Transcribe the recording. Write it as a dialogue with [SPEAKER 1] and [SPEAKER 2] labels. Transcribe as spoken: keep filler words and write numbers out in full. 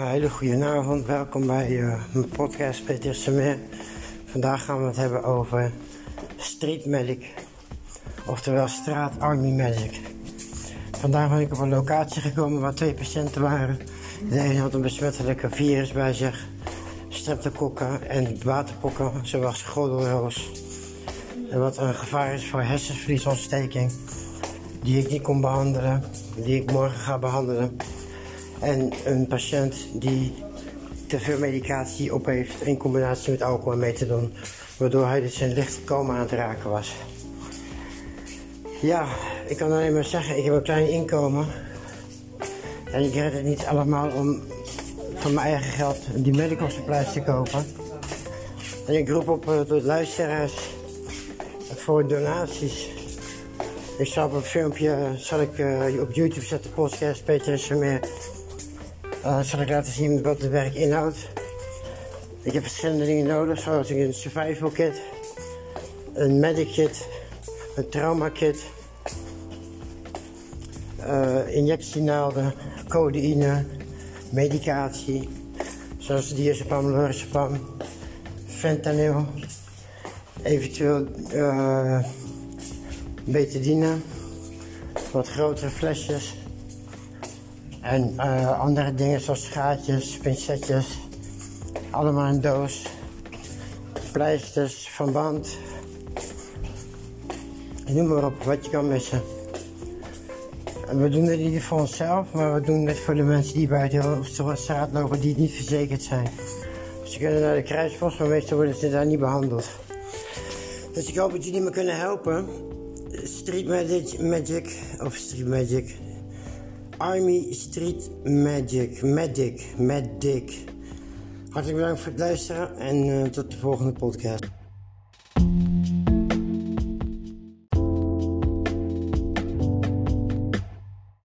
[SPEAKER 1] Ja, hele goedenavond. Welkom bij uh, mijn podcast Peter Semer. Vandaag gaan we het hebben over street medic, oftewel straat army medic. Vandaag ben ik op een locatie gekomen waar twee patiënten waren. De ene had een besmettelijke virus bij zich, streptokokken en waterpokken, zoals gordelroos. En wat een gevaar is voor hersenvliesontsteking, die ik niet kon behandelen, die ik morgen ga behandelen. En een patiënt die te veel medicatie op heeft in combinatie met alcohol en methadon, waardoor hij dus in lichte coma aan het raken was. Ja, ik kan alleen maar zeggen, ik heb een klein inkomen. En ik red het niet allemaal om van mijn eigen geld die medical supplies te kopen. En ik roep op uh, de luisteraars voor donaties. Ik zal op een filmpje, zal ik uh, op YouTube zetten, podcast Peter Semer. Uh, zal ik laten zien wat het werk inhoudt. Ik heb verschillende dingen nodig, zoals een survival kit, een medic kit, een trauma kit, uh, injectienaalden, codeïne, medicatie, zoals diazepam, lorazepam, fentanyl, eventueel uh, betadine, wat grotere flesjes. En uh, andere dingen zoals schaartjes, pincetjes, allemaal een doos, pleisters, verband, noem maar op wat je kan missen. En we doen het niet voor onszelf, maar we doen het voor de mensen die buiten op de straat lopen die niet verzekerd zijn. Ze kunnen naar de kruispost, maar meestal worden ze daar niet behandeld. Dus ik hoop dat jullie me kunnen helpen. Street Magic, Magic of Street Magic. Army Street Magic, Medic, Medic. Hartelijk bedankt voor het luisteren en uh, tot de volgende podcast.